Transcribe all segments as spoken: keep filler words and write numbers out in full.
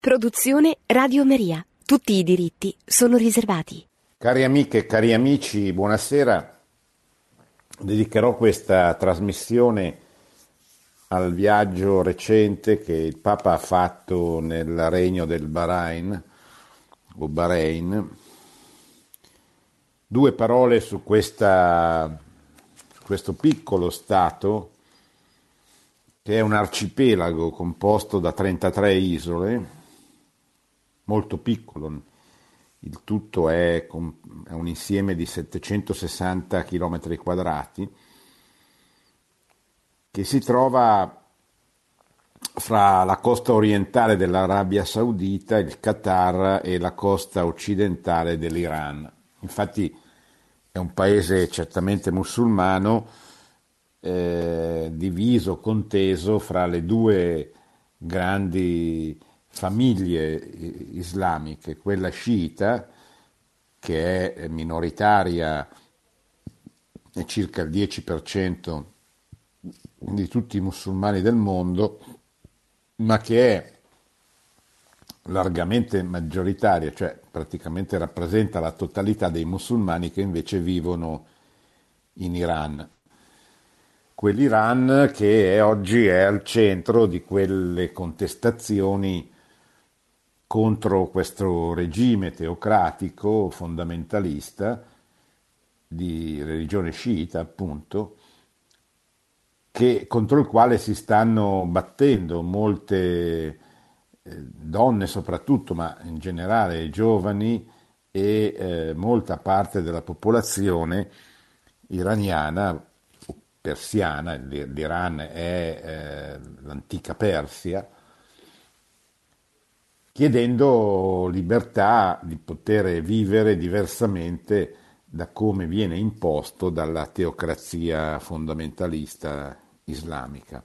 Produzione Radio Maria. Tutti i diritti sono riservati. Cari amiche e cari amici, buonasera. Dedicherò questa trasmissione al viaggio recente che il Papa ha fatto nel regno del Bahrain, o Bahrain. Due parole su questa, questo piccolo stato, che è un arcipelago composto da trentatré isole, molto piccolo. Il tutto è un insieme di settecentosessanta chilometri quadrati, che si trova fra la costa orientale dell'Arabia Saudita, il Qatar e la costa occidentale dell'Iran. Infatti è un paese certamente musulmano, eh, diviso, conteso fra le due grandi famiglie islamiche, quella sciita, che è minoritaria, è circa il dieci per cento di tutti i musulmani del mondo, ma che è largamente maggioritaria, cioè praticamente rappresenta la totalità dei musulmani che invece vivono in Iran. Quell'Iran che è, oggi è al centro di quelle contestazioni contro questo regime teocratico fondamentalista di religione sciita, appunto, che, contro il quale si stanno battendo molte eh, donne soprattutto, ma in generale giovani e eh, molta parte della popolazione iraniana o persiana. L'Iran è eh, l'antica Persia, chiedendo libertà di poter vivere diversamente da come viene imposto dalla teocrazia fondamentalista islamica.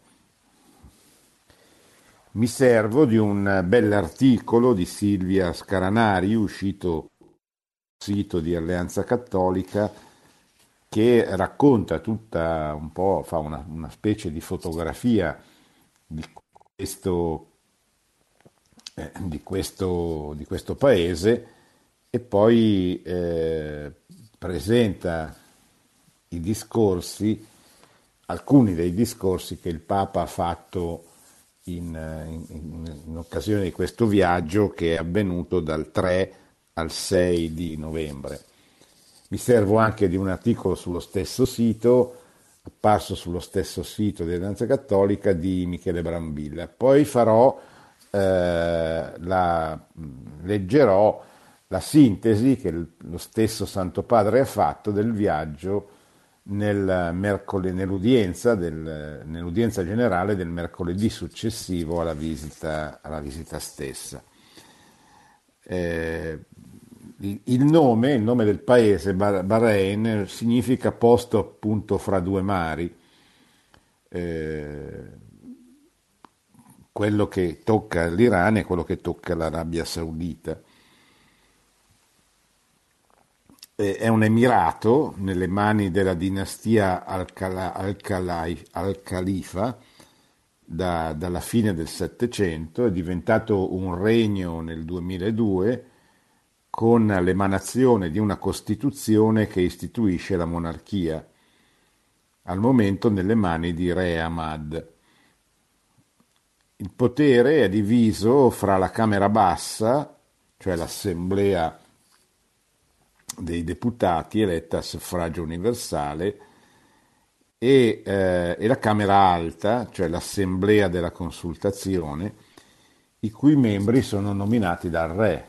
Mi servo di un bell'articolo di Silvia Scaranari, uscito sul sito di Alleanza Cattolica, che racconta tutta un po', fa una, una specie di fotografia di questo Di questo, di questo paese, e poi eh, presenta i discorsi, alcuni dei discorsi che il Papa ha fatto in, in, in occasione di questo viaggio, che è avvenuto dal tre al sei di novembre. Mi servo anche di un articolo sullo stesso sito, apparso sullo stesso sito di Alleanza Cattolica, di Michele Brambilla. Poi farò Eh, la, leggerò la sintesi che il, lo stesso Santo Padre ha fatto del viaggio nel mercol- nell'udienza, del, nell'udienza generale del mercoledì successivo alla visita, alla visita stessa. Eh, il nome, il nome del paese, Bahrain, significa posto appunto fra due mari. Eh, quello che tocca l'Iran e quello che tocca l'Arabia Saudita. È un emirato nelle mani della dinastia Al-Khalifa da, dalla fine del Settecento, è diventato un regno nel duemiladue con l'emanazione di una Costituzione che istituisce la monarchia, al momento nelle mani di Re Ahmad. Il potere è diviso fra la Camera Bassa, cioè l'Assemblea dei deputati eletta a suffragio universale, e, eh, e la Camera Alta, cioè l'Assemblea della Consultazione, i cui membri sono nominati dal Re.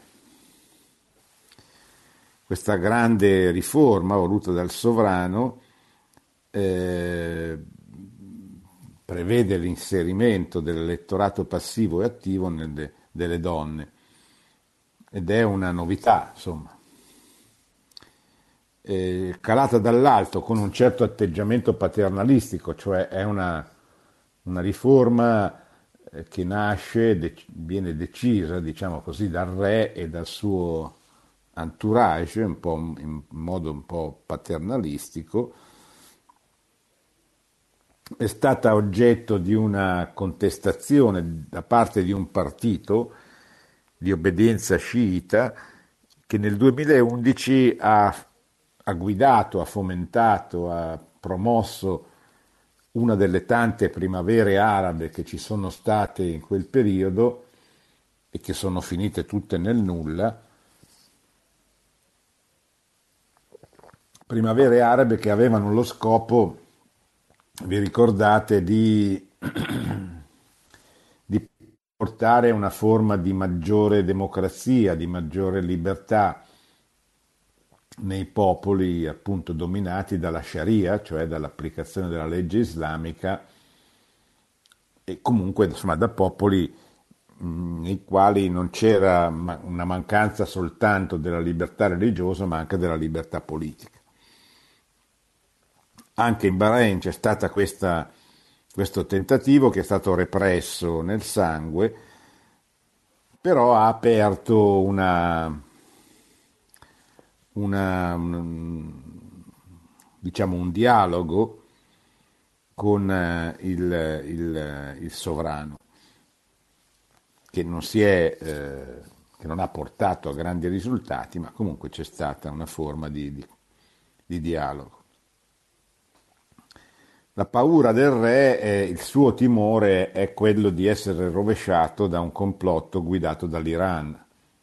Questa grande riforma voluta dal sovrano eh, prevede l'inserimento dell'elettorato passivo e attivo nelle, delle donne, ed è una novità, insomma. Eh, calata dall'alto con un certo atteggiamento paternalistico, cioè è una, una riforma eh, che nasce, de- viene decisa, diciamo così, dal re e dal suo entourage, un po' in modo un po' paternalistico. È stata oggetto di una contestazione da parte di un partito di obbedienza sciita, che nel duemilaundici ha, ha guidato, ha fomentato, ha promosso una delle tante primavere arabe che ci sono state in quel periodo e che sono finite tutte nel nulla. Primavere arabe che avevano lo scopo, vi ricordate, di, di portare una forma di maggiore democrazia, di maggiore libertà nei popoli appunto dominati dalla Sharia, cioè dall'applicazione della legge islamica, e comunque insomma da popoli mh, nei quali non c'era ma- una mancanza soltanto della libertà religiosa, ma anche della libertà politica. Anche in Bahrain c'è stato questo tentativo che è stato represso nel sangue, però ha aperto una, una, un, diciamo un dialogo con eh, il, il, il sovrano, che non, si è, eh, che non ha portato a grandi risultati, ma comunque c'è stata una forma di, di, di dialogo. La paura del re, è, il suo timore è quello di essere rovesciato da un complotto guidato dall'Iran,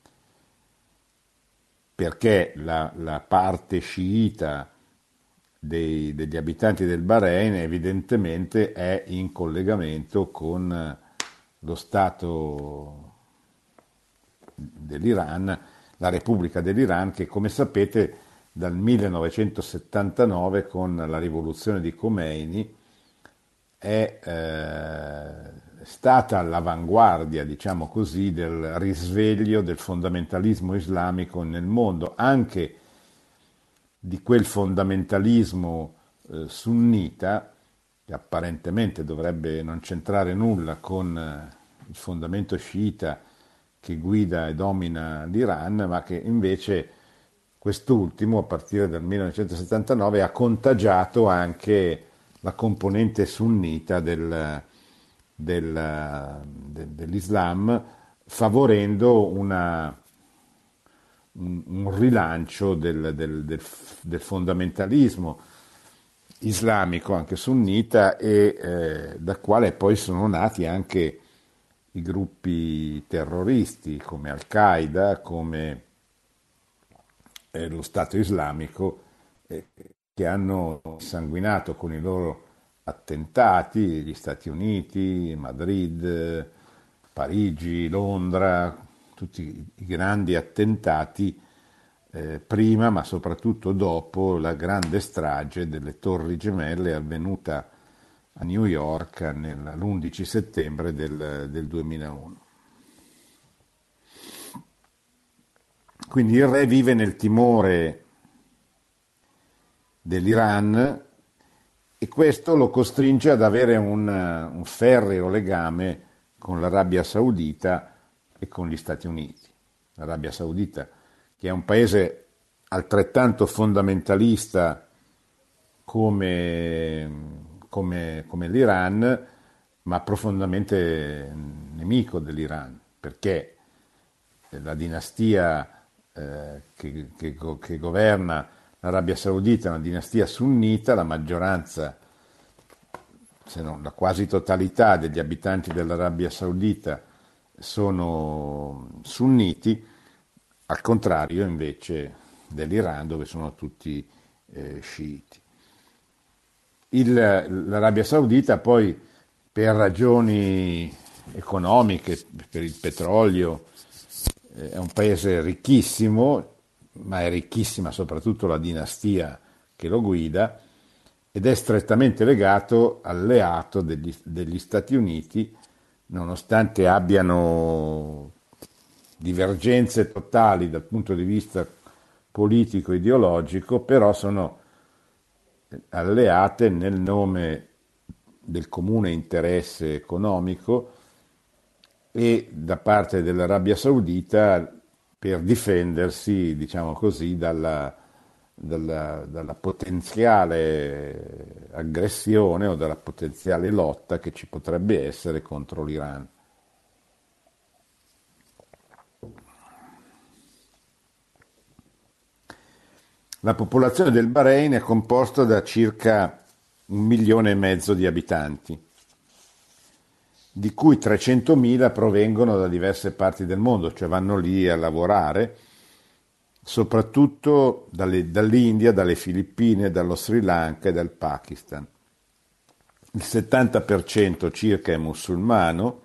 perché la, la parte sciita dei, degli abitanti del Bahrain evidentemente è in collegamento con lo Stato dell'Iran, la Repubblica dell'Iran, che come sapete dal millenovecentosettantanove con la rivoluzione di Khomeini è eh, stata all'avanguardia, diciamo così, del risveglio del fondamentalismo islamico nel mondo, anche di quel fondamentalismo eh, sunnita, che apparentemente dovrebbe non c'entrare nulla con eh, il fondamento sciita che guida e domina l'Iran, ma che invece quest'ultimo, a partire dal millenovecentosettantanove, ha contagiato anche la componente sunnita del, del, de, dell'Islam, favorendo una, un, un rilancio del, del, del, del fondamentalismo islamico, anche sunnita, e eh, da quale poi sono nati anche i gruppi terroristi come Al-Qaeda, come eh, lo Stato islamico, eh, che hanno sanguinato con i loro attentati gli Stati Uniti, Madrid, Parigi, Londra, tutti i grandi attentati eh, prima, ma soprattutto dopo la grande strage delle Torri Gemelle avvenuta a New York nel, l'undici settembre del, del duemilauno. Quindi il re vive nel timore dell'Iran e questo lo costringe ad avere un, un ferreo legame con l'Arabia Saudita e con gli Stati Uniti. L'Arabia Saudita, che è un paese altrettanto fondamentalista come, come, come l'Iran, ma profondamente nemico dell'Iran, perché la dinastia eh, che, che, che governa l'Arabia Saudita è una dinastia sunnita, la maggioranza, se non la quasi totalità degli abitanti dell'Arabia Saudita sono sunniti, al contrario invece dell'Iran dove sono tutti eh, sciiti. Il, L'Arabia Saudita poi per ragioni economiche, per il petrolio, eh, è un paese ricchissimo, ma è ricchissima soprattutto la dinastia che lo guida, ed è strettamente legato alleato degli, degli Stati Uniti, nonostante abbiano divergenze totali dal punto di vista politico-ideologico, però sono alleate nel nome del comune interesse economico e da parte dell'Arabia Saudita per difendersi, diciamo così, dalla, dalla, dalla potenziale aggressione o dalla potenziale lotta che ci potrebbe essere contro l'Iran. La popolazione del Bahrain è composta da circa un milione e mezzo di abitanti, di cui trecentomila provengono da diverse parti del mondo, cioè vanno lì a lavorare, soprattutto dalle, dall'India, dalle Filippine, dallo Sri Lanka e dal Pakistan. Il settanta per cento circa è musulmano,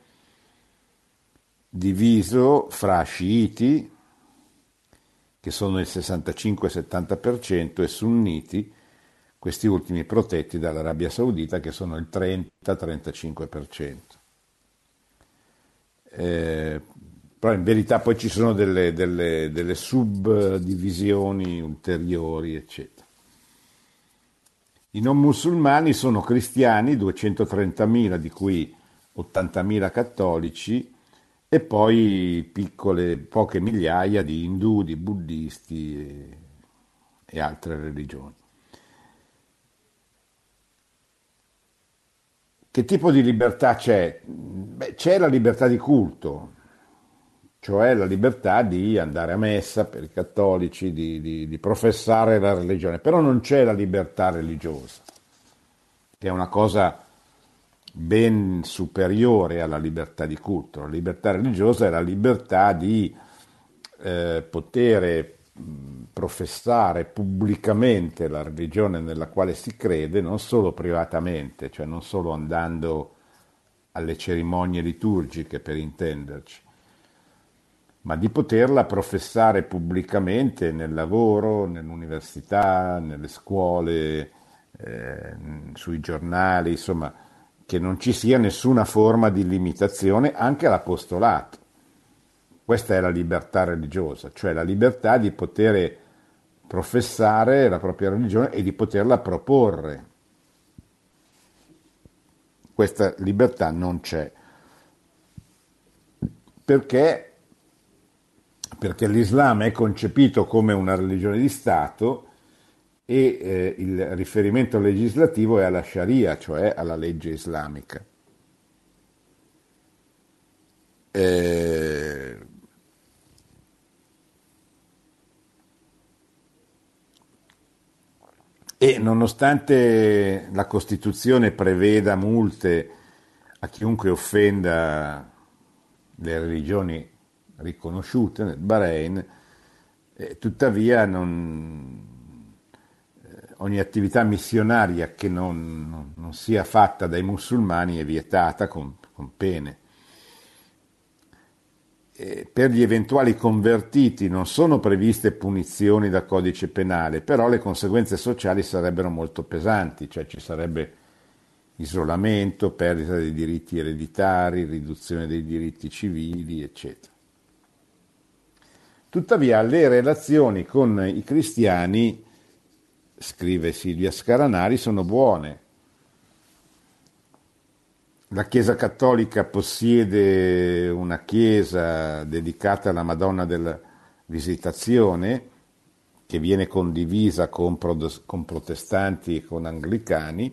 diviso fra sciiti, che sono il sessantacinque settanta per cento, e sunniti, questi ultimi protetti dall'Arabia Saudita, che sono il trenta trentacinque per cento. Eh, però in verità poi ci sono delle, delle, delle subdivisioni ulteriori, eccetera. I non musulmani sono cristiani, duecentotrentamila, di cui ottantamila cattolici, e poi piccole, poche migliaia di indù, di buddisti e, e altre religioni. Che tipo di libertà c'è? Beh, c'è la libertà di culto, cioè la libertà di andare a messa per i cattolici, di, di, di professare la religione, però non c'è la libertà religiosa, che è una cosa ben superiore alla libertà di culto. La libertà religiosa è la libertà di eh, poter professare pubblicamente la religione nella quale si crede, non solo privatamente, cioè non solo andando alle cerimonie liturgiche, per intenderci, ma di poterla professare pubblicamente nel lavoro, nell'università, nelle scuole, eh, sui giornali, insomma, che non ci sia nessuna forma di limitazione anche all'apostolato. Questa è la libertà religiosa, cioè la libertà di poter professare la propria religione e di poterla proporre. Questa libertà non c'è. Perché? Perché l'Islam è concepito come una religione di Stato e eh, il riferimento legislativo è alla Sharia, cioè alla legge islamica. Eh, E nonostante la Costituzione preveda multe a chiunque offenda le religioni riconosciute nel Bahrain, eh, tuttavia non, eh, ogni attività missionaria che non, non- non sia fatta dai musulmani è vietata con, con pene. Eh, Per gli eventuali convertiti non sono previste punizioni da codice penale, però le conseguenze sociali sarebbero molto pesanti, cioè ci sarebbe isolamento, perdita dei diritti ereditari, riduzione dei diritti civili, eccetera. Tuttavia le relazioni con i cristiani, scrive Silvia Scaranari, sono buone. La Chiesa Cattolica possiede una chiesa dedicata alla Madonna della Visitazione, che viene condivisa con, pro- con protestanti e con anglicani,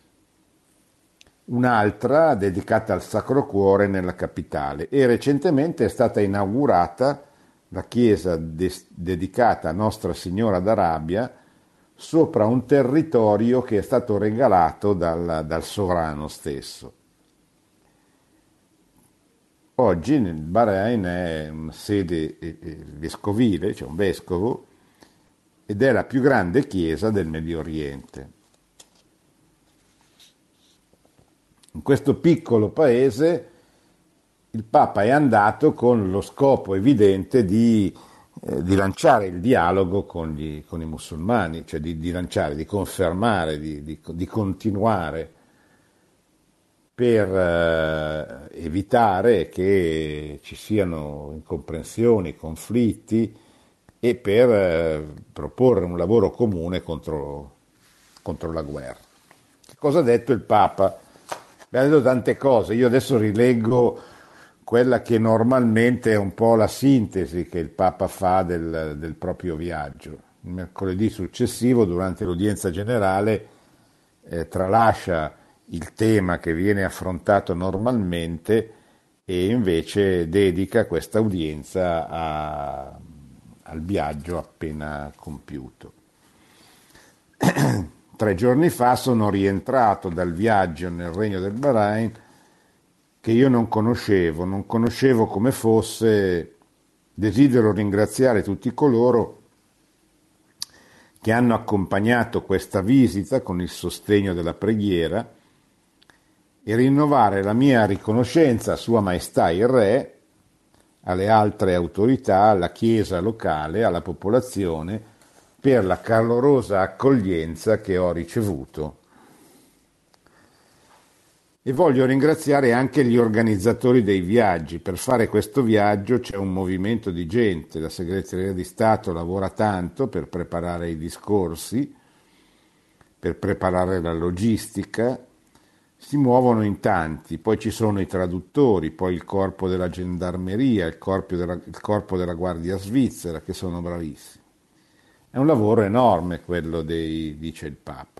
un'altra dedicata al Sacro Cuore nella capitale, e recentemente è stata inaugurata la chiesa de- dedicata a Nostra Signora d'Arabia sopra un territorio che è stato regalato dal, dal sovrano stesso. Oggi nel Bahrain è una sede eh, eh, vescovile, c'è un vescovo, ed è la più grande chiesa del Medio Oriente. In questo piccolo paese il Papa è andato con lo scopo evidente di, eh, di lanciare il dialogo con, gli- con i musulmani, cioè di, di lanciare, di confermare, di, di- di continuare per eh, evitare che ci siano incomprensioni, conflitti e per eh, proporre un lavoro comune contro, contro la guerra. Che cosa ha detto il Papa? Beh, ha detto tante cose, io adesso rileggo quella che normalmente è un po' la sintesi che il Papa fa del, del proprio viaggio. Il mercoledì successivo, durante l'udienza generale, eh, tralascia il tema che viene affrontato normalmente e invece dedica questa udienza a- al viaggio appena compiuto. tre giorni fa sono rientrato dal viaggio nel Regno del Bahrain che io non conoscevo, non conoscevo come fosse. Desidero ringraziare tutti coloro che hanno accompagnato questa visita con il sostegno della preghiera e rinnovare la mia riconoscenza a Sua Maestà il Re, alle altre autorità, alla Chiesa locale, alla popolazione, per la calorosa accoglienza che ho ricevuto. E voglio ringraziare anche gli organizzatori dei viaggi. Per fare questo viaggio c'è un movimento di gente, la Segreteria di Stato lavora tanto per preparare i discorsi, per preparare la logistica, si muovono in tanti, poi ci sono i traduttori, poi il corpo della gendarmeria, il corpo della, il corpo della Guardia Svizzera, che sono bravissimi. È un lavoro enorme quello dei, dice il Papa.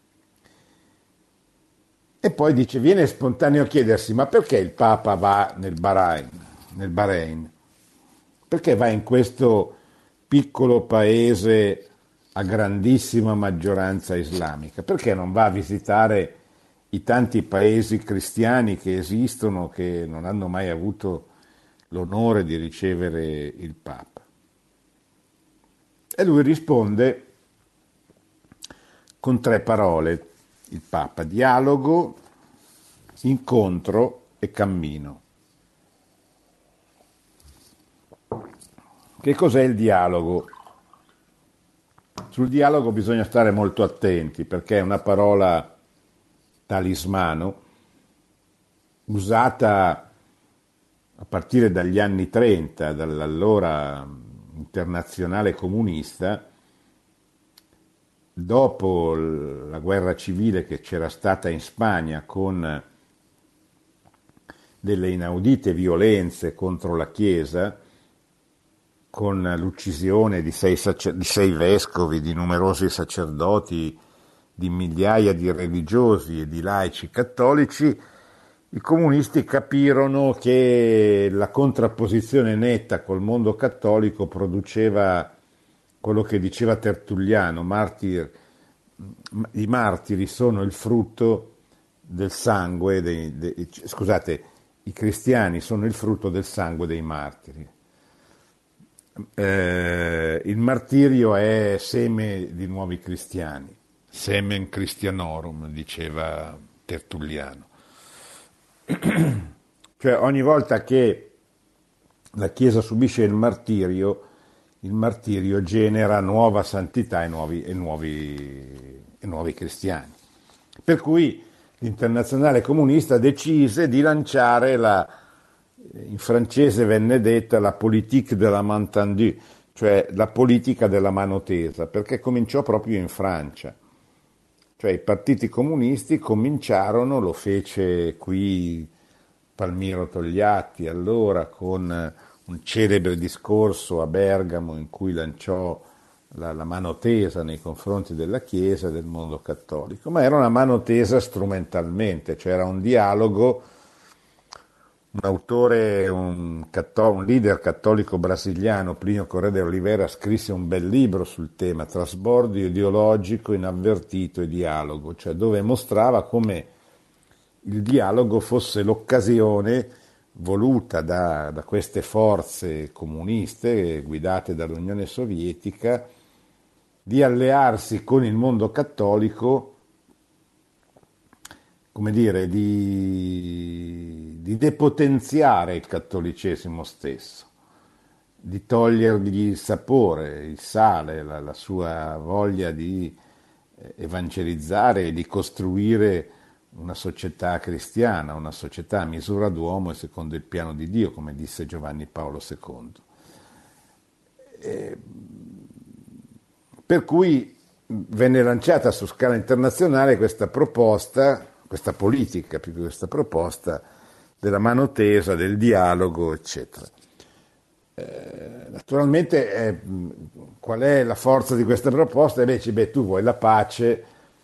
E poi dice, viene spontaneo chiedersi, ma perché il Papa va nel Bahrain, nel Bahrain? Perché va in questo piccolo paese a grandissima maggioranza islamica? Perché non va a visitare i tanti paesi cristiani che esistono, che non hanno mai avuto l'onore di ricevere il Papa? E lui risponde con tre parole. Il Papa: dialogo, incontro e cammino. Che cos'è il dialogo? Sul dialogo bisogna stare molto attenti perché è una parola talismano usata a partire dagli anni trenta dall'allora internazionale comunista. Dopo la guerra civile che c'era stata in Spagna con delle inaudite violenze contro la Chiesa, con l'uccisione di sei, sacer- di sei vescovi, di numerosi sacerdoti, di migliaia di religiosi e di laici cattolici, i comunisti capirono che la contrapposizione netta col mondo cattolico produceva quello che diceva Tertulliano: martir, i martiri sono il frutto del sangue dei, dei, scusate, i cristiani sono il frutto del sangue dei martiri. Eh, il martirio è seme di nuovi cristiani, semen Christianorum, diceva Tertulliano. Cioè ogni volta che la Chiesa subisce il martirio, il martirio genera nuova santità e nuovi, e nuovi, e nuovi cristiani. Per cui l'Internazionale Comunista decise di lanciare la, in francese venne detta la politique de la main tendue, cioè la politica della mano tesa, perché cominciò proprio in Francia. Cioè i partiti comunisti cominciarono, lo fece qui Palmiro Togliatti allora con un celebre discorso a Bergamo in cui lanciò la, la mano tesa nei confronti della Chiesa e del mondo cattolico, ma era una mano tesa strumentalmente, cioè era un dialogo. Un autore, un, catto- un leader cattolico brasiliano, Plinio Corrêa de Oliveira, scrisse un bel libro sul tema, Trasbordo ideologico inavvertito e dialogo, cioè dove mostrava come il dialogo fosse l'occasione voluta da, da queste forze comuniste guidate dall'Unione Sovietica di allearsi con il mondo cattolico, come dire, di, di depotenziare il cattolicesimo stesso, di togliergli il sapore, il sale, la, la sua voglia di evangelizzare e di costruire una società cristiana, una società a misura d'uomo e secondo il piano di Dio, come disse Giovanni Paolo secondo. E, per cui venne lanciata su scala internazionale questa proposta, questa politica più che questa proposta della mano tesa, del dialogo, eccetera. Eh, naturalmente eh, qual è la forza di questa proposta? E beh, dici, beh, tu vuoi la pace,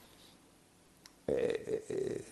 eh, eh,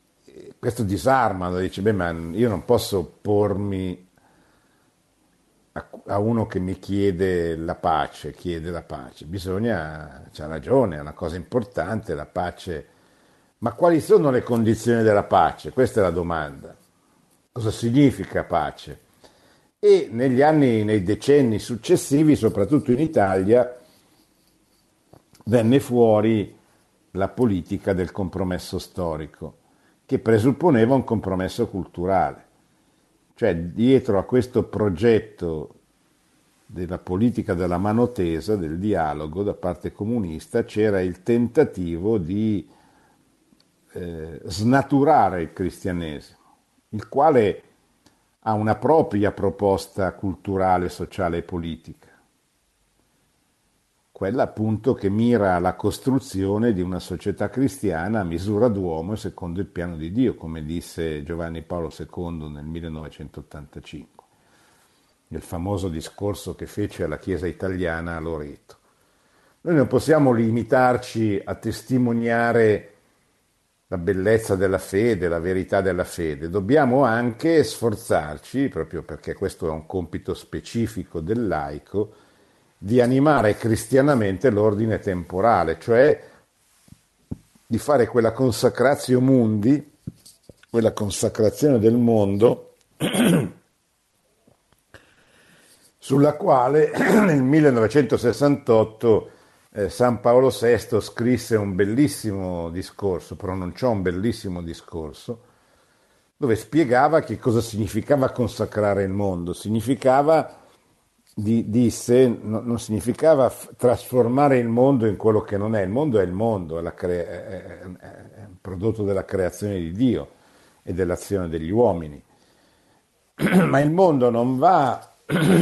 questo disarma, dici, beh, ma io non posso oppormi a, a uno che mi chiede la pace, chiede la pace. Bisogna, c'ha ragione, è una cosa importante la pace. Ma quali sono le condizioni della pace? Questa è la domanda. Cosa significa pace? E negli anni, nei decenni successivi, soprattutto in Italia, venne fuori la politica del compromesso storico, che presupponeva un compromesso culturale. Cioè, dietro a questo progetto della politica della mano tesa, del dialogo da parte comunista, c'era il tentativo di eh, snaturare il cristianesimo, il quale ha una propria proposta culturale, sociale e politica, quella appunto che mira alla costruzione di una società cristiana a misura d'uomo e secondo il piano di Dio, come disse Giovanni Paolo secondo nel millenovecentottantacinque, nel famoso discorso che fece alla Chiesa italiana a Loreto. Noi non possiamo limitarci a testimoniare la bellezza della fede, la verità della fede, dobbiamo anche sforzarci, proprio perché questo è un compito specifico del laico, di animare cristianamente l'ordine temporale, cioè di fare quella consacratio mundi, quella consacrazione del mondo, sulla quale nel millenovecentosessantotto eh, San Paolo sesto scrisse un bellissimo discorso, pronunciò un bellissimo discorso, dove spiegava che cosa significava consacrare il mondo. Significava, di, disse, no, non significava f- trasformare il mondo in quello che non è. Il mondo è il mondo, è, la cre- è, è, è un prodotto della creazione di Dio e dell'azione degli uomini. Ma il mondo non va,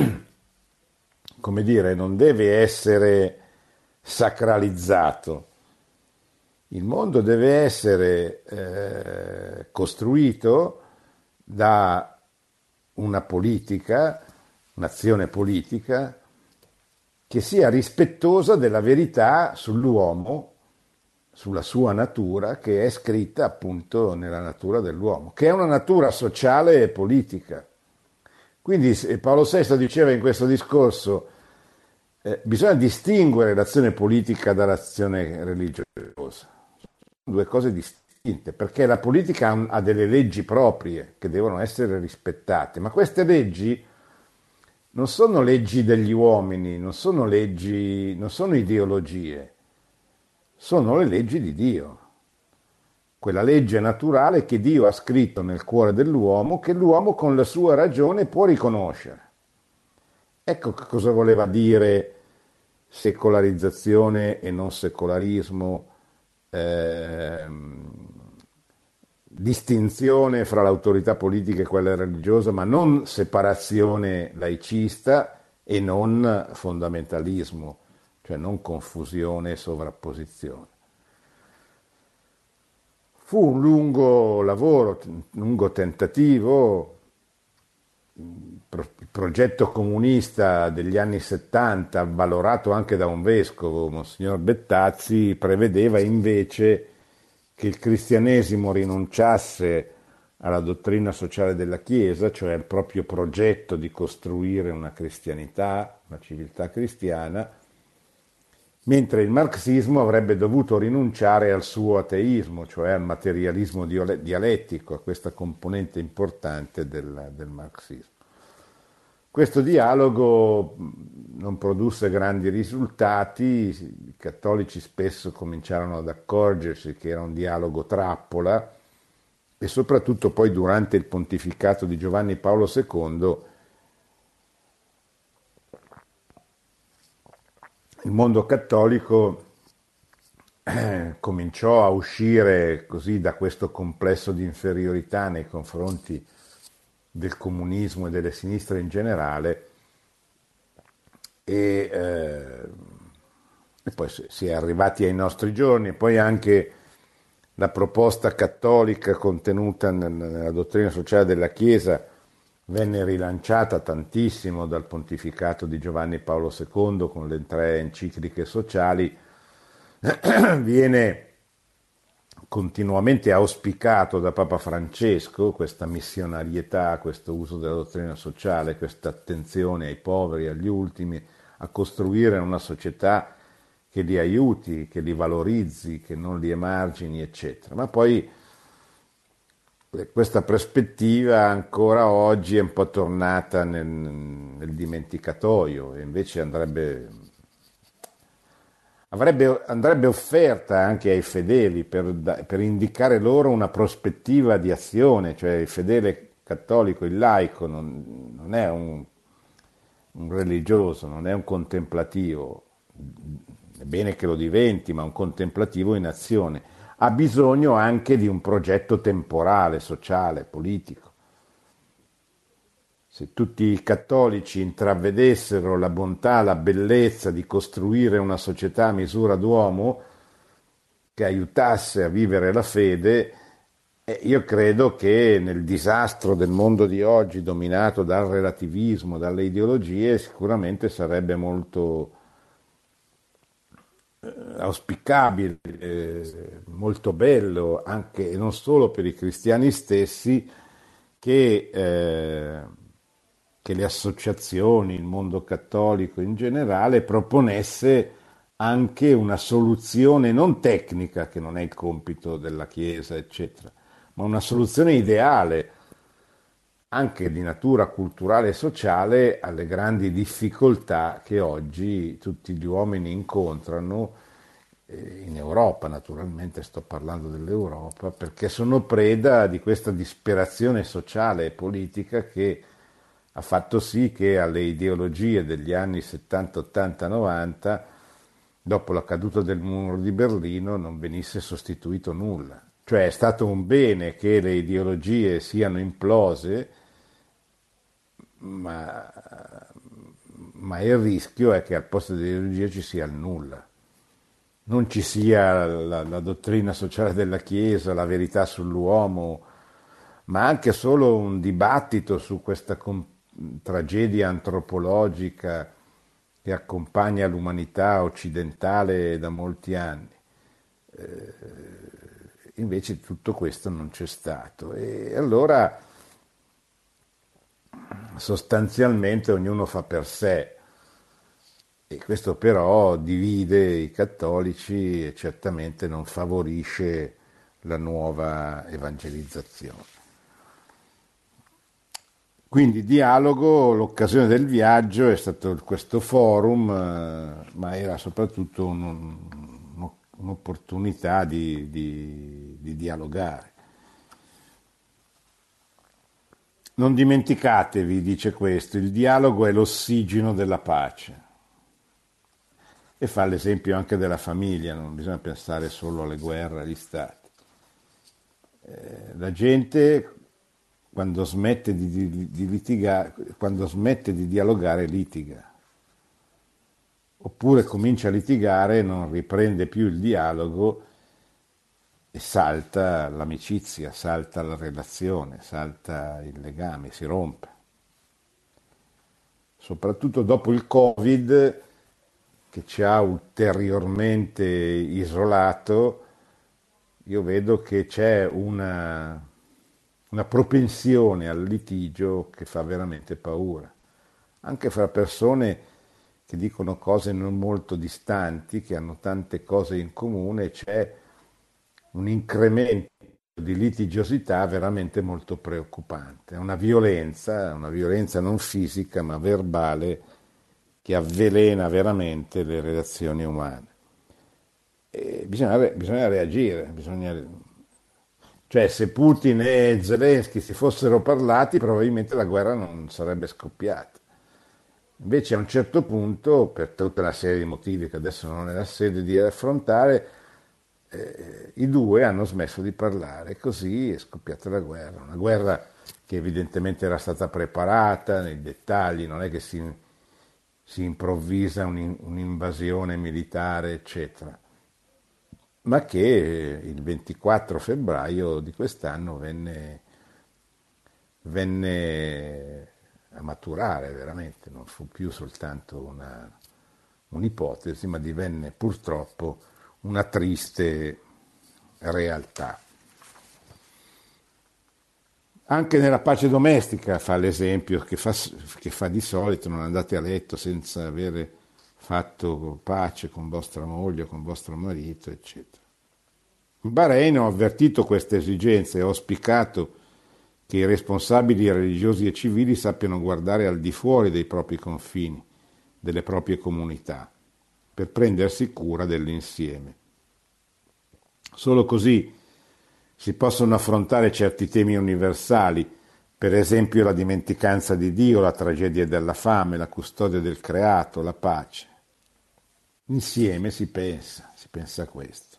come dire, non deve essere sacralizzato. Il mondo deve essere eh, costruito da una politica, un'azione politica che sia rispettosa della verità sull'uomo, sulla sua natura, che è scritta appunto nella natura dell'uomo, che è una natura sociale e politica. Quindi Paolo sesto diceva in questo discorso eh, bisogna distinguere l'azione politica dall'azione religiosa, due cose distinte, perché la politica ha, ha delle leggi proprie che devono essere rispettate, ma queste leggi non sono leggi degli uomini, non sono leggi, non sono ideologie, sono le leggi di Dio, quella legge naturale che Dio ha scritto nel cuore dell'uomo, che l'uomo con la sua ragione può riconoscere. Ecco che cosa voleva dire secolarizzazione e non secolarismo, ehm, distinzione fra l'autorità politica e quella religiosa, ma non separazione laicista e non fondamentalismo, cioè non confusione e sovrapposizione. Fu un lungo lavoro, un lungo tentativo. Il progetto comunista degli anni settanta, avvalorato anche da un vescovo, Monsignor Bettazzi, prevedeva invece che il cristianesimo rinunciasse alla dottrina sociale della Chiesa, cioè al proprio progetto di costruire una cristianità, una civiltà cristiana, mentre il marxismo avrebbe dovuto rinunciare al suo ateismo, cioè al materialismo dialettico, a questa componente importante del, del marxismo. Questo dialogo non produsse grandi risultati, i cattolici spesso cominciarono ad accorgersi che era un dialogo trappola e soprattutto poi durante il pontificato di Giovanni Paolo secondo il mondo cattolico eh, cominciò a uscire così da questo complesso di inferiorità nei confronti del comunismo e delle sinistre in generale e, eh, e poi si è arrivati ai nostri giorni. Poi anche la proposta cattolica contenuta nella dottrina sociale della Chiesa venne rilanciata tantissimo dal pontificato di Giovanni Paolo secondo con le tre encicliche sociali, viene continuamente auspicato da Papa Francesco, questa missionarietà, questo uso della dottrina sociale, questa attenzione ai poveri, agli ultimi, a costruire una società che li aiuti, che li valorizzi, che non li emargini, eccetera. Ma poi questa prospettiva ancora oggi è un po' tornata nel, nel dimenticatoio e invece andrebbe, avrebbe, andrebbe offerta anche ai fedeli per, da- per indicare loro una prospettiva di azione, cioè il fedele cattolico, il laico, non, non è un, un religioso, non è un contemplativo, è bene che lo diventi, ma un contemplativo in azione. Ha bisogno anche di un progetto temporale, sociale, politico. Se tutti i cattolici intravedessero la bontà, la bellezza di costruire una società a misura d'uomo che aiutasse a vivere la fede, eh, io credo che nel disastro del mondo di oggi, dominato dal relativismo, dalle ideologie, sicuramente sarebbe molto auspicabile, eh, molto bello, anche e non solo per i cristiani stessi, che, eh, che le associazioni, il mondo cattolico in generale, proponesse anche una soluzione non tecnica, che non è il compito della Chiesa, eccetera, ma una soluzione ideale, anche di natura culturale e sociale, alle grandi difficoltà che oggi tutti gli uomini incontrano eh, in Europa, naturalmente sto parlando dell'Europa, perché sono preda di questa disperazione sociale e politica che ha fatto sì che alle ideologie degli anni settanta, ottanta, novanta, dopo la caduta del muro di Berlino, non venisse sostituito nulla. Cioè è stato un bene che le ideologie siano implose, ma, ma il rischio è che al posto dell'ideologia ci sia il nulla. Non ci sia la, la dottrina sociale della Chiesa, la verità sull'uomo, ma anche solo un dibattito su questa com- tragedia antropologica che accompagna l'umanità occidentale da molti anni. Eh, invece tutto questo non c'è stato. E allora sostanzialmente ognuno fa per sé. E questo però divide i cattolici e certamente non favorisce la nuova evangelizzazione. Quindi dialogo, l'occasione del viaggio è stato questo forum, eh, ma era soprattutto un- un- un'opportunità di, di- di dialogare. Non dimenticatevi, dice questo, il dialogo è l'ossigeno della pace. E fa l'esempio anche della famiglia, non bisogna pensare solo alle guerre, agli stati. Eh, la gente quando smette di, di- di litigare, quando smette di dialogare litiga, oppure comincia a litigare, non riprende più il dialogo e salta l'amicizia, salta la relazione, salta il legame, si rompe. Soprattutto dopo il Covid che ci ha ulteriormente isolato, io vedo che c'è una, una propensione al litigio che fa veramente paura, anche fra persone che dicono cose non molto distanti, che hanno tante cose in comune, c'è un incremento di litigiosità veramente molto preoccupante, una violenza, una violenza non fisica ma verbale che avvelena veramente le relazioni umane. E bisogna, bisogna reagire, bisogna... cioè se Putin e Zelensky si fossero parlati probabilmente la guerra non sarebbe scoppiata. Invece a un certo punto, per tutta una serie di motivi che adesso non è la sede di affrontare, eh, i due hanno smesso di parlare, così è scoppiata la guerra. Una guerra che evidentemente era stata preparata nei dettagli, non è che si, si improvvisa un, un'invasione militare, eccetera, ma che il ventiquattro febbraio di quest'anno venne, venne a maturare veramente, non fu più soltanto una, un'ipotesi, ma divenne purtroppo una triste, realtà. Anche nella pace domestica fa l'esempio che fa, che fa di solito: non andate a letto senza avere fatto pace con vostra moglie, con vostro marito, eccetera. In Bahrain ho avvertito queste esigenze e ho auspicato che i responsabili religiosi e civili sappiano guardare al di fuori dei propri confini, delle proprie comunità, per prendersi cura dell'insieme. Solo così si possono affrontare certi temi universali, per esempio la dimenticanza di Dio, la tragedia della fame, la custodia del creato, la pace. Insieme si pensa, si pensa a questo.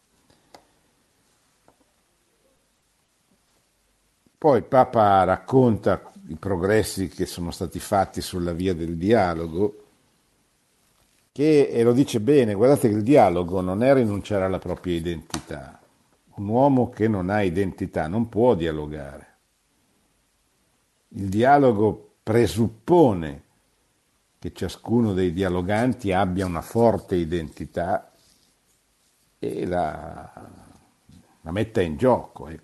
Poi il Papa racconta i progressi che sono stati fatti sulla via del dialogo, che, e lo dice bene, guardate che il dialogo non è rinunciare alla propria identità. Un uomo che non ha identità non può dialogare. Il dialogo presuppone che ciascuno dei dialoganti abbia una forte identità e la, la metta in gioco, ecco.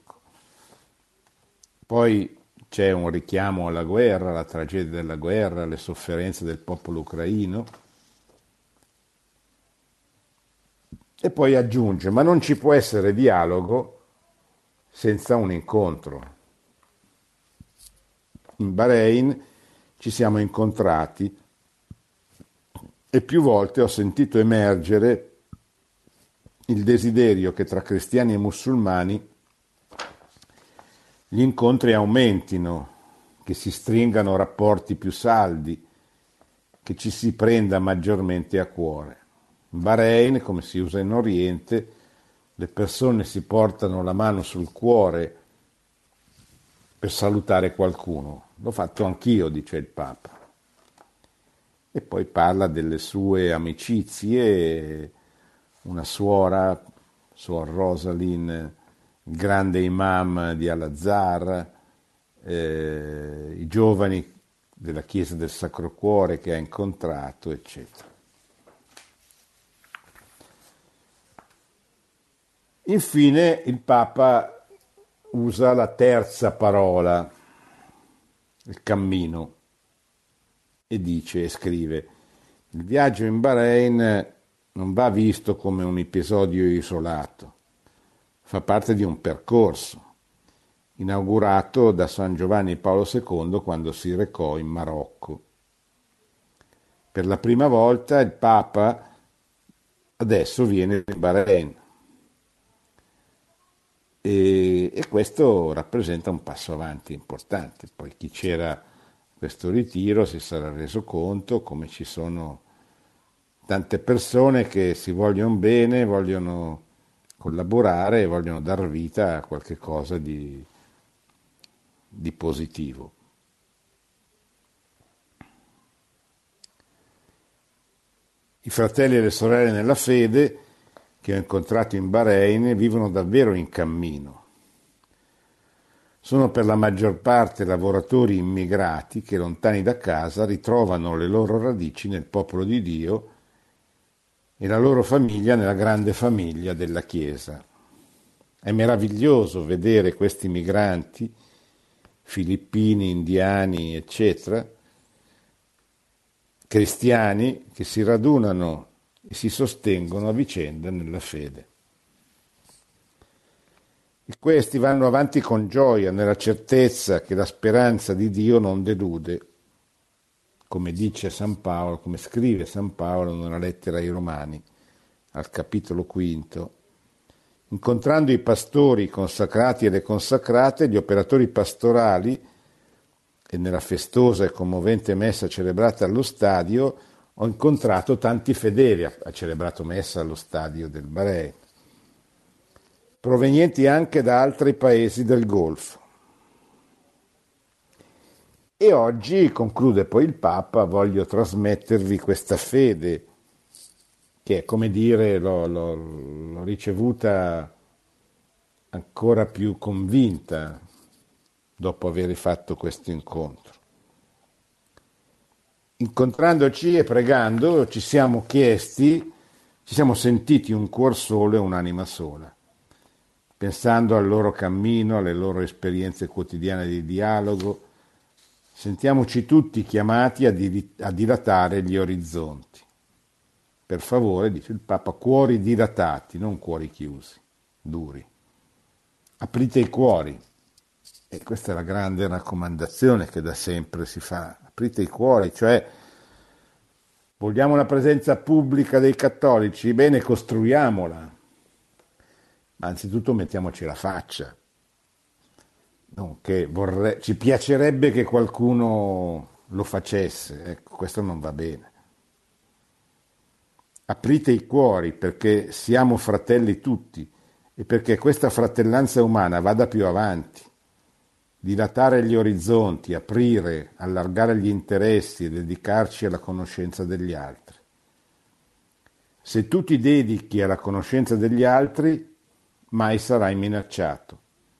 Poi c'è un richiamo alla guerra, alla tragedia della guerra, alle sofferenze del popolo ucraino. E poi aggiunge: ma non ci può essere dialogo senza un incontro. In Bahrain ci siamo incontrati e più volte ho sentito emergere il desiderio che tra cristiani e musulmani gli incontri aumentino, che si stringano rapporti più saldi, che ci si prenda maggiormente a cuore. In Bahrain, come si usa in Oriente, le persone si portano la mano sul cuore per salutare qualcuno. L'ho fatto anch'io, dice il Papa. E poi parla delle sue amicizie, una suora, Suor Rosalind, il grande imam di Al-Azhar, eh, i giovani della Chiesa del Sacro Cuore che ha incontrato, eccetera. Infine il Papa usa la terza parola, il cammino, e dice e scrive: il viaggio in Bahrain non va visto come un episodio isolato, fa parte di un percorso inaugurato da San Giovanni Paolo secondo quando si recò in Marocco. Per la prima volta il Papa adesso viene in Bahrain e, e questo rappresenta un passo avanti importante. Poi chi c'era a questo ritiro si sarà reso conto come ci sono tante persone che si vogliono bene, vogliono collaborare e vogliono dar vita a qualche cosa di, di positivo. I fratelli e le sorelle nella fede che ho incontrato in Bahrain vivono davvero in cammino. Sono per la maggior parte lavoratori immigrati che, lontani da casa, ritrovano le loro radici nel popolo di Dio e la loro famiglia nella grande famiglia della Chiesa. È meraviglioso vedere questi migranti, filippini, indiani, eccetera, cristiani, che si radunano e si sostengono a vicenda nella fede. E questi vanno avanti con gioia, nella certezza che la speranza di Dio non delude, come dice San Paolo, come scrive San Paolo nella lettera ai Romani, al capitolo quinto. Incontrando i pastori, i consacrati e le consacrate, gli operatori pastorali, e nella festosa e commovente messa celebrata allo stadio, ho incontrato tanti fedeli, ha celebrato messa allo stadio del Bahrain, provenienti anche da altri paesi del Golfo. E oggi, conclude poi il Papa, voglio trasmettervi questa fede, che è come dire, l'ho, l'ho, l'ho ricevuta ancora più convinta dopo aver fatto questo incontro. Incontrandoci e pregando ci siamo chiesti, ci siamo sentiti un cuor solo e un'anima sola. pensando al loro cammino, alle loro esperienze quotidiane di dialogo. Sentiamoci tutti chiamati a, di- a dilatare gli orizzonti. Per favore, dice il Papa, cuori dilatati, non cuori chiusi, duri. Aprite i cuori. E questa è la grande raccomandazione che da sempre si fa. Aprite i cuori, cioè vogliamo una presenza pubblica dei cattolici? Bene, costruiamola. Ma anzitutto mettiamoci la faccia. Non che vorrei, ci piacerebbe che qualcuno lo facesse, ecco, questo non va bene. Aprite i cuori perché siamo fratelli tutti e perché questa fratellanza umana vada più avanti. Dilatare gli orizzonti, aprire, allargare gli interessi e dedicarci alla conoscenza degli altri. Se tu ti dedichi alla conoscenza degli altri, mai sarai minacciato.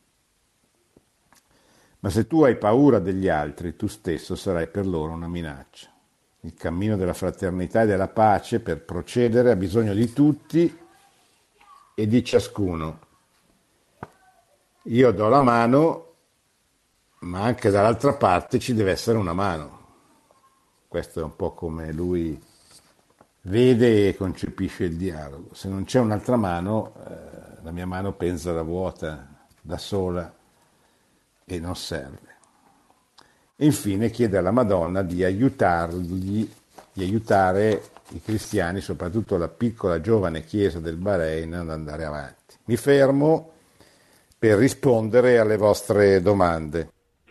Ma se tu hai paura degli altri, tu stesso sarai per loro una minaccia. Il cammino della fraternità e della pace per procedere ha bisogno di tutti e di ciascuno. Io do la mano, ma anche dall'altra parte ci deve essere una mano. Questo è un po' come lui vede e concepisce il dialogo. Se non c'è un'altra mano, eh, la mia mano pensa da vuota, da sola, e non serve. E infine chiede alla Madonna di aiutargli, di aiutare i cristiani, soprattutto la piccola giovane chiesa del Bahrain, ad andare avanti. Mi fermo per rispondere alle vostre domande.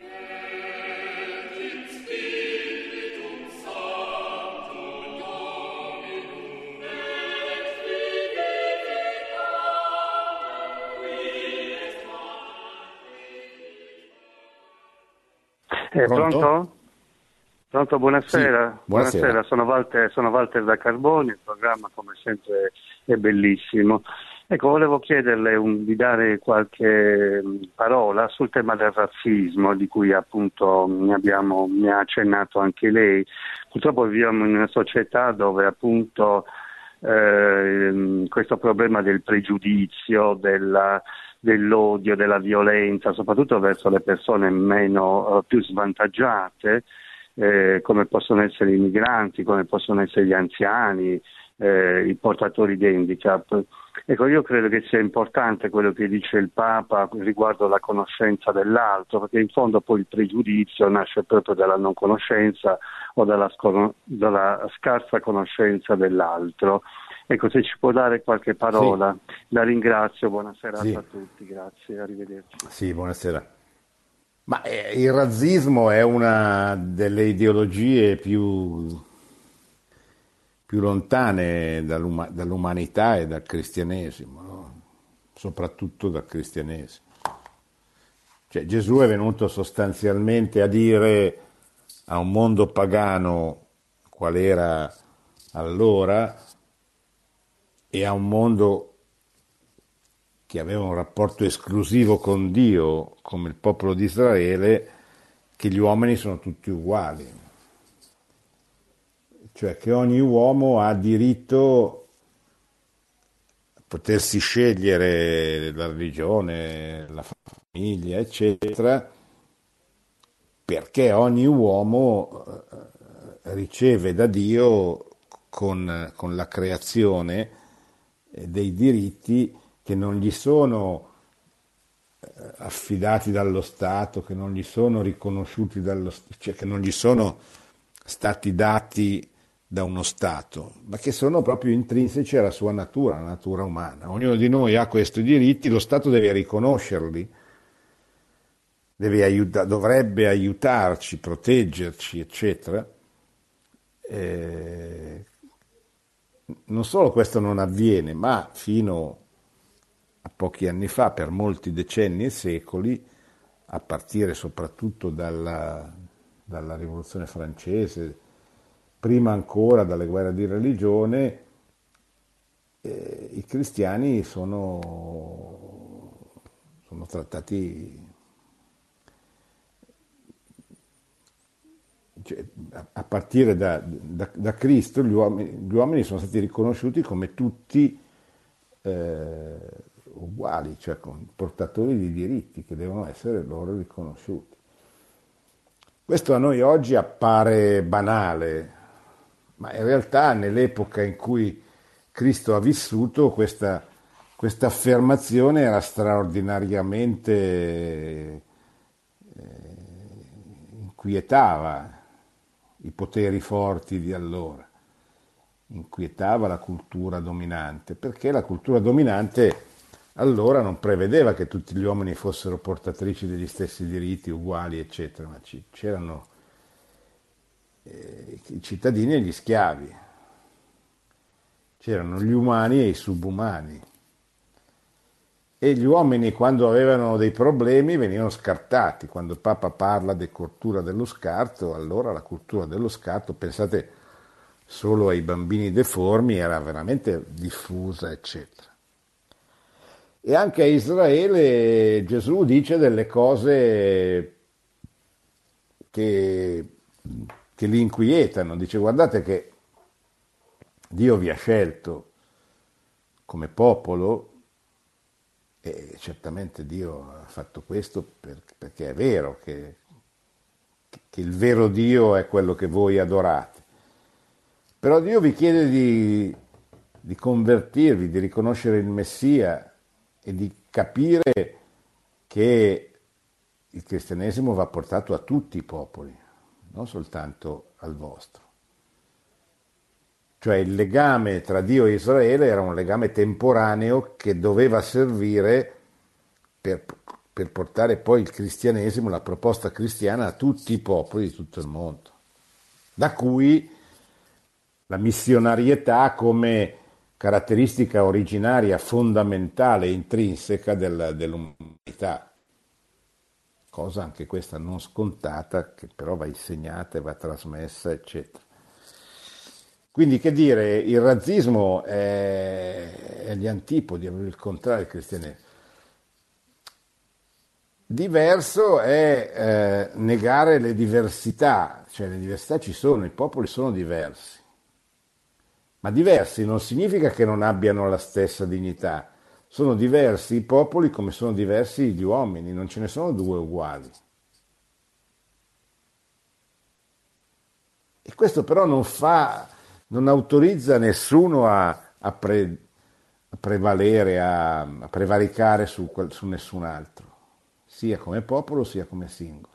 Eh, Pronto? pronto? Pronto, buonasera. Sì, buonasera. Sono Walter, sono Walter da Carboni, il programma come sempre è bellissimo. Ecco, volevo chiederle un- di dare qualche mh, parola sul tema del razzismo, di cui appunto mi, abbiamo, mi ha accennato anche lei. Purtroppo viviamo in una società dove appunto ehm, questo problema del pregiudizio, della- dell'odio, della violenza, soprattutto verso le persone meno, eh, più svantaggiate, eh, come possono essere i migranti, come possono essere gli anziani, eh, i portatori di handicap. Ecco, io credo che sia importante quello che dice il Papa riguardo la conoscenza dell'altro, perché in fondo poi il pregiudizio nasce proprio dalla non conoscenza o dalla, scono- dalla scarsa conoscenza dell'altro. Ecco, se ci può dare qualche parola, la ringrazio, buona serata Sì. a tutti, grazie, arrivederci. Sì, buonasera. Ma eh, il razzismo è una delle ideologie più, più lontane dall'uma- dall'umanità e dal cristianesimo, no? Soprattutto dal cristianesimo. Cioè, Gesù è venuto sostanzialmente a dire a un mondo pagano qual era allora e a un mondo che aveva un rapporto esclusivo con Dio, come il popolo di Israele, che gli uomini sono tutti uguali. Cioè che ogni uomo ha diritto a potersi scegliere la religione, la famiglia, eccetera, perché ogni uomo eh, riceve da Dio con, con la creazione eh, dei diritti che non gli sono eh, affidati dallo Stato, che non gli sono riconosciuti dallo Stato, cioè che non gli sono stati dati da uno Stato, ma che sono proprio intrinseci alla sua natura, alla natura umana. Ognuno di noi ha questi diritti, lo Stato deve riconoscerli, deve aiuta- dovrebbe aiutarci, proteggerci, eccetera. Eh, non solo questo non avviene, ma fino a pochi anni fa, per molti decenni e secoli, a partire soprattutto dalla, dalla Rivoluzione francese, prima ancora dalle guerre di religione, eh, i cristiani sono, sono trattati, cioè, a, a partire da, da- da Cristo, gli uomini, gli uomini sono stati riconosciuti come tutti eh, uguali, cioè con portatori di diritti che devono essere loro riconosciuti. Questo a noi oggi appare banale, ma in realtà nell'epoca in cui Cristo ha vissuto questa, questa affermazione era straordinariamente eh, inquietava i poteri forti di allora, inquietava la cultura dominante, perché la cultura dominante allora non prevedeva che tutti gli uomini fossero portatrici degli stessi diritti, uguali, eccetera, ma c'erano eh, i cittadini e gli schiavi, c'erano gli umani e i subumani. E gli uomini, quando avevano dei problemi, venivano scartati. Quando il Papa parla di cultura dello scarto, allora la cultura dello scarto, pensate solo ai bambini deformi, era veramente diffusa, eccetera. E anche a Israele Gesù dice delle cose che, che li inquietano. Dice: guardate che Dio vi ha scelto come popolo, e certamente Dio ha fatto questo per, perché è vero che, che il vero Dio è quello che voi adorate. Però Dio vi chiede di, di convertirvi, di riconoscere il Messia e di capire che il cristianesimo va portato a tutti i popoli, non soltanto al vostro. Cioè il legame tra Dio e Israele era un legame temporaneo che doveva servire per, per portare poi il cristianesimo, la proposta cristiana, a tutti i popoli di tutto il mondo. Da cui la missionarietà come caratteristica originaria, fondamentale, intrinseca del, dell'umanità. Cosa anche questa non scontata, che però va insegnata e va trasmessa, eccetera. Quindi, che dire, il razzismo è, è gli antipodi, è il contrario del cristianesimo. Diverso è eh, negare le diversità, cioè le diversità ci sono, i popoli sono diversi, ma diversi non significa che non abbiano la stessa dignità, sono diversi i popoli come sono diversi gli uomini, non ce ne sono due uguali. E questo però non fa... non autorizza nessuno a, a, pre, a prevalere, a, a prevaricare su, su nessun altro, sia come popolo sia come singolo.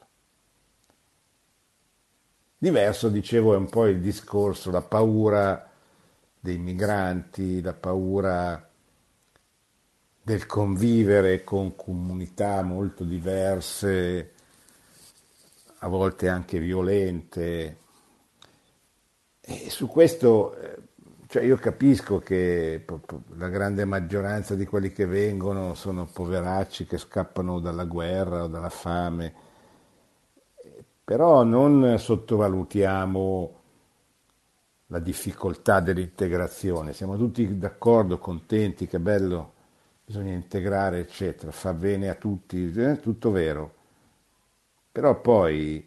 Diverso, dicevo, è un po' il discorso, la paura dei migranti, la paura del convivere con comunità molto diverse, a volte anche violente. E su questo, cioè io capisco che la grande maggioranza di quelli che vengono sono poveracci che scappano dalla guerra o dalla fame, però non sottovalutiamo la difficoltà dell'integrazione. Siamo tutti d'accordo, contenti, che bello, bisogna integrare, eccetera, fa bene a tutti, è tutto vero. Però poi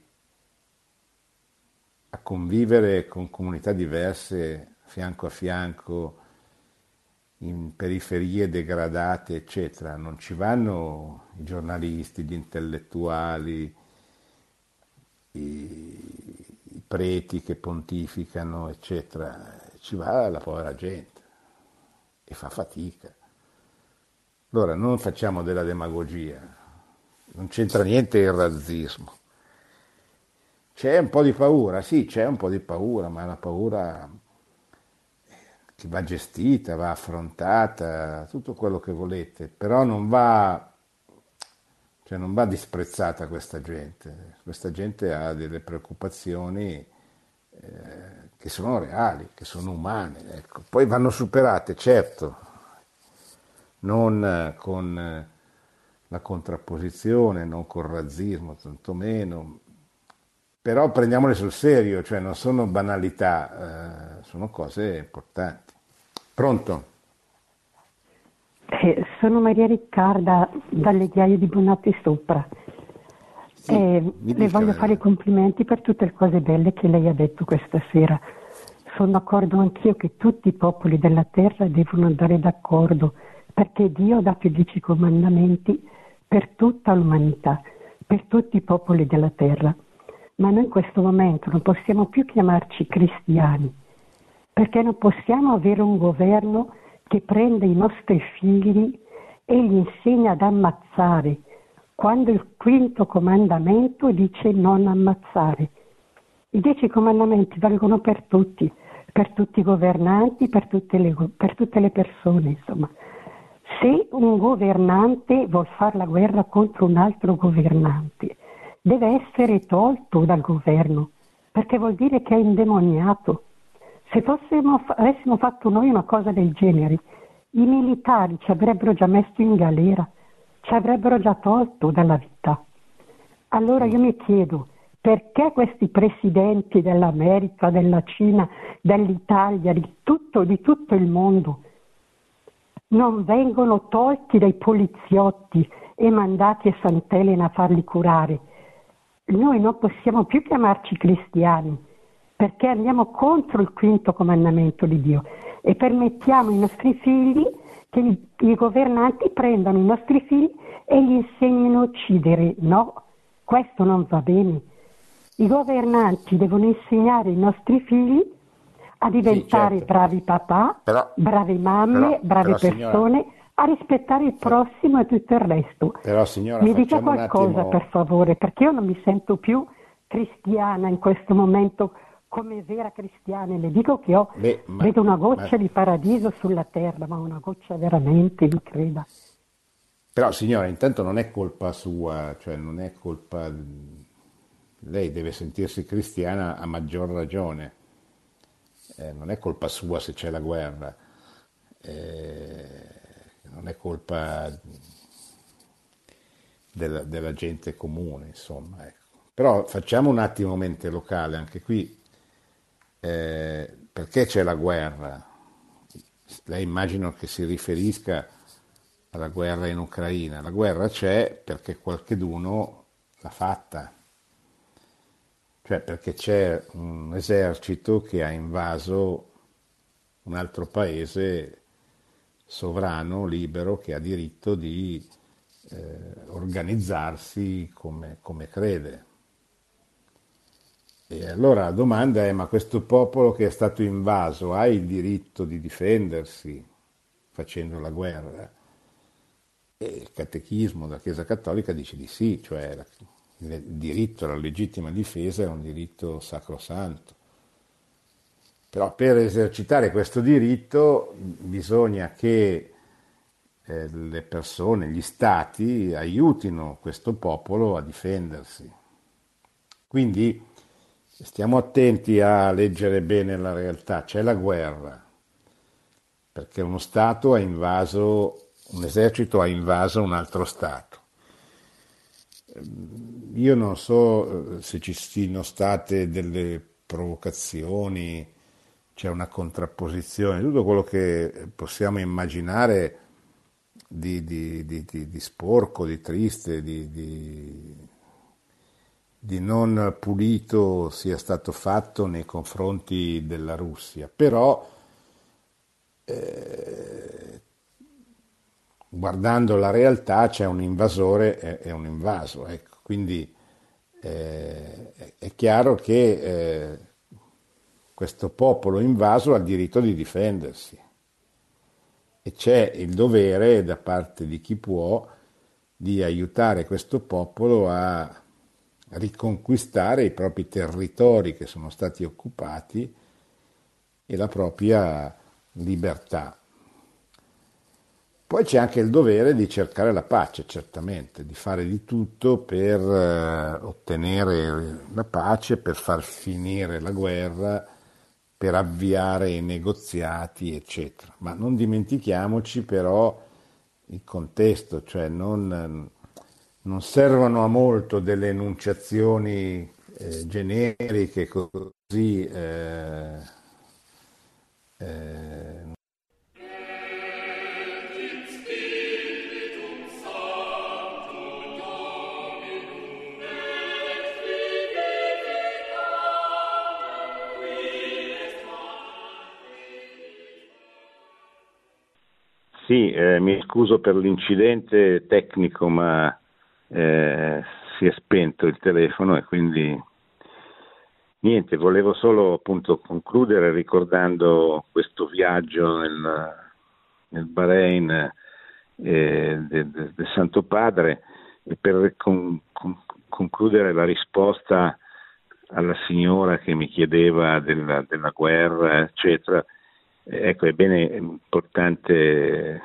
a convivere con comunità diverse, fianco a fianco, in periferie degradate, eccetera, non ci vanno i giornalisti, gli intellettuali, i, i preti che pontificano, eccetera, ci va la povera gente e fa fatica. Allora non facciamo della demagogia, non c'entra niente il razzismo. C'è un po' di paura, sì, c'è un po' di paura, ma è una paura che va gestita, va affrontata, tutto quello che volete, però non va, cioè non va disprezzata questa gente. Questa gente ha delle preoccupazioni eh, che sono reali, che sono umane, ecco. Poi vanno superate, certo, non con la contrapposizione, non col razzismo, tantomeno. Però prendiamole sul serio, cioè non sono banalità, eh, sono cose importanti. Pronto? Eh, sono Maria Riccarda dalle Ghiaie di Bonatti Sopra. Sì, eh, le voglio Maria. fare i complimenti per tutte le cose belle che lei ha detto questa sera. Sono d'accordo anch'io che tutti i popoli della terra devono andare d'accordo perché Dio ha dato i dieci comandamenti per tutta l'umanità, per tutti i popoli della terra. Ma noi in questo momento non possiamo più chiamarci cristiani, perché non possiamo avere un governo che prende i nostri figli e gli insegna ad ammazzare, quando il quinto comandamento dice non ammazzare. I dieci comandamenti valgono per tutti, per tutti i governanti, per tutte le, per tutte le persone, insomma. Se un governante vuol fare la guerra contro un altro governante, deve essere tolto dal governo, perché vuol dire che è indemoniato. Se fossimo, avessimo fatto noi una cosa del genere, i militari ci avrebbero già messo in galera, ci avrebbero già tolto dalla vita. Allora io mi chiedo, perché questi presidenti dell'America, della Cina, dell'Italia, di tutto, di tutto il mondo, non vengono tolti dai poliziotti e mandati a Sant'Elena a farli curare? Noi non possiamo più chiamarci cristiani, perché andiamo contro il quinto comandamento di Dio e permettiamo ai nostri figli che i, i governanti prendano i nostri figli e gli insegnino a uccidere. No, questo non va bene. I governanti devono insegnare ai nostri figli a diventare Sì, certo. bravi papà, Però- brave mamme, però- brave però, signora- persone, a rispettare il prossimo e tutto il resto. Però signora, Mi dica facciamo un qualcosa attimo... per favore, perché io non mi sento più cristiana in questo momento come vera cristiana. Le dico che ho, Beh, ma- vedo una goccia ma- di paradiso sulla terra, ma una goccia veramente, mi creda. Però signora, intanto non è colpa sua, cioè non è colpa... Lei deve sentirsi cristiana a maggior ragione. Eh, non è colpa sua se c'è la guerra. Eh, non è colpa della, della gente comune, insomma. Ecco. Però facciamo un attimo mente locale, anche qui. Eh, perché c'è la guerra? Lei immagino che si riferisca alla guerra in Ucraina. La guerra c'è perché qualcheduno l'ha fatta, cioè perché c'è un esercito che ha invaso un altro paese sovrano, libero, che ha diritto di eh, organizzarsi come, come crede. E allora la domanda è: ma questo popolo che è stato invaso ha il diritto di difendersi facendo la guerra? E il catechismo della Chiesa Cattolica dice di sì, cioè la- il diritto alla legittima difesa è un diritto sacrosanto. Però per esercitare questo diritto bisogna che eh, le persone, gli stati aiutino questo popolo a difendersi. Quindi stiamo attenti a leggere bene la realtà. C'è la guerra, perché uno Stato ha invaso, un esercito ha invaso un altro Stato. Io non so eh, se ci siano state delle provocazioni, c'è una contrapposizione, tutto quello che possiamo immaginare di, di- di- di- di sporco, di triste, di, di- di non pulito sia stato fatto nei confronti della Russia. Però guardando la realtà c'è un invasore e e un invaso, ecco. Quindi eh, è è chiaro che eh, questo popolo invaso ha il diritto di difendersi e c'è il dovere da parte di chi può di aiutare questo popolo a riconquistare i propri territori che sono stati occupati e la propria libertà. Poi c'è anche il dovere di cercare la pace, certamente, di fare di tutto per eh, ottenere la pace, per far finire la guerra, per avviare i negoziati, eccetera. Ma non dimentichiamoci però il contesto, cioè non, non servono a molto delle enunciazioni eh, generiche così eh, eh, Sì, eh, mi scuso per l'incidente tecnico, ma eh, si è spento il telefono e quindi niente, volevo solo appunto concludere ricordando questo viaggio nel, nel Bahrain eh, del de, de Santo Padre e per con, con, concludere la risposta alla signora che mi chiedeva della, della guerra, eccetera. Ecco, è bene, è importante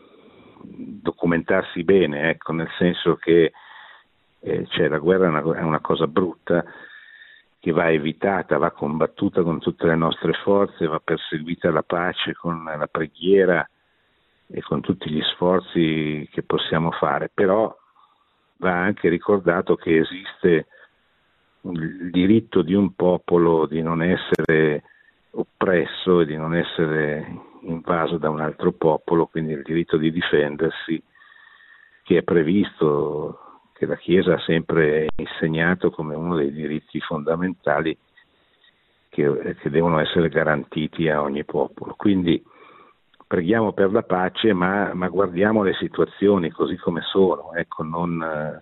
documentarsi bene, ecco, nel senso che eh, cioè, la guerra è una, è una cosa brutta che va evitata, va combattuta con tutte le nostre forze, va perseguita la pace con la preghiera e con tutti gli sforzi che possiamo fare, però va anche ricordato che esiste il diritto di un popolo di non essere oppresso e di non essere invaso da un altro popolo, quindi il diritto di difendersi, che è previsto, che la Chiesa ha sempre insegnato come uno dei diritti fondamentali che, che devono essere garantiti a ogni popolo. Quindi preghiamo per la pace, ma, ma guardiamo le situazioni così come sono, ecco, non,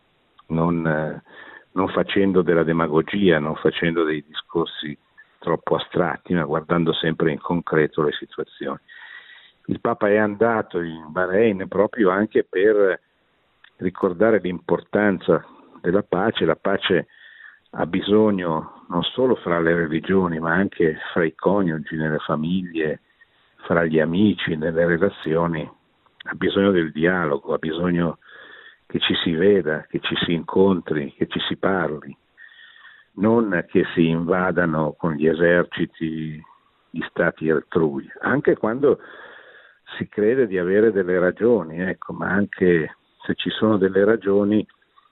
non, non facendo della demagogia, non facendo dei discorsi troppo astratti, ma guardando sempre in concreto le situazioni. Il Papa è andato in Bahrain proprio anche per ricordare l'importanza della pace. La pace ha bisogno non solo fra le religioni, ma anche fra i coniugi, nelle famiglie, fra gli amici, nelle relazioni. Ha bisogno del dialogo, ha bisogno che ci si veda, che ci si incontri, che ci si parli. Non che si invadano con gli eserciti gli stati altrui, anche quando si crede di avere delle ragioni, ecco, ma anche se ci sono delle ragioni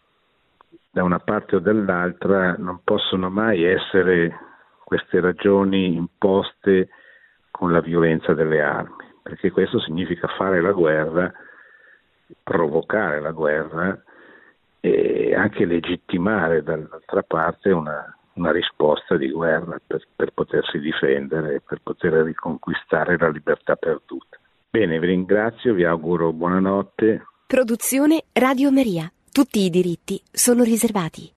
da una parte o dall'altra non possono mai essere queste ragioni imposte con la violenza delle armi, perché questo significa fare la guerra, provocare la guerra e anche legittimare dall'altra parte una, una risposta di guerra per, per potersi difendere e per poter riconquistare la libertà perduta. Bene, vi ringrazio, vi auguro buonanotte. Produzione Radio Maria. Tutti i diritti sono riservati.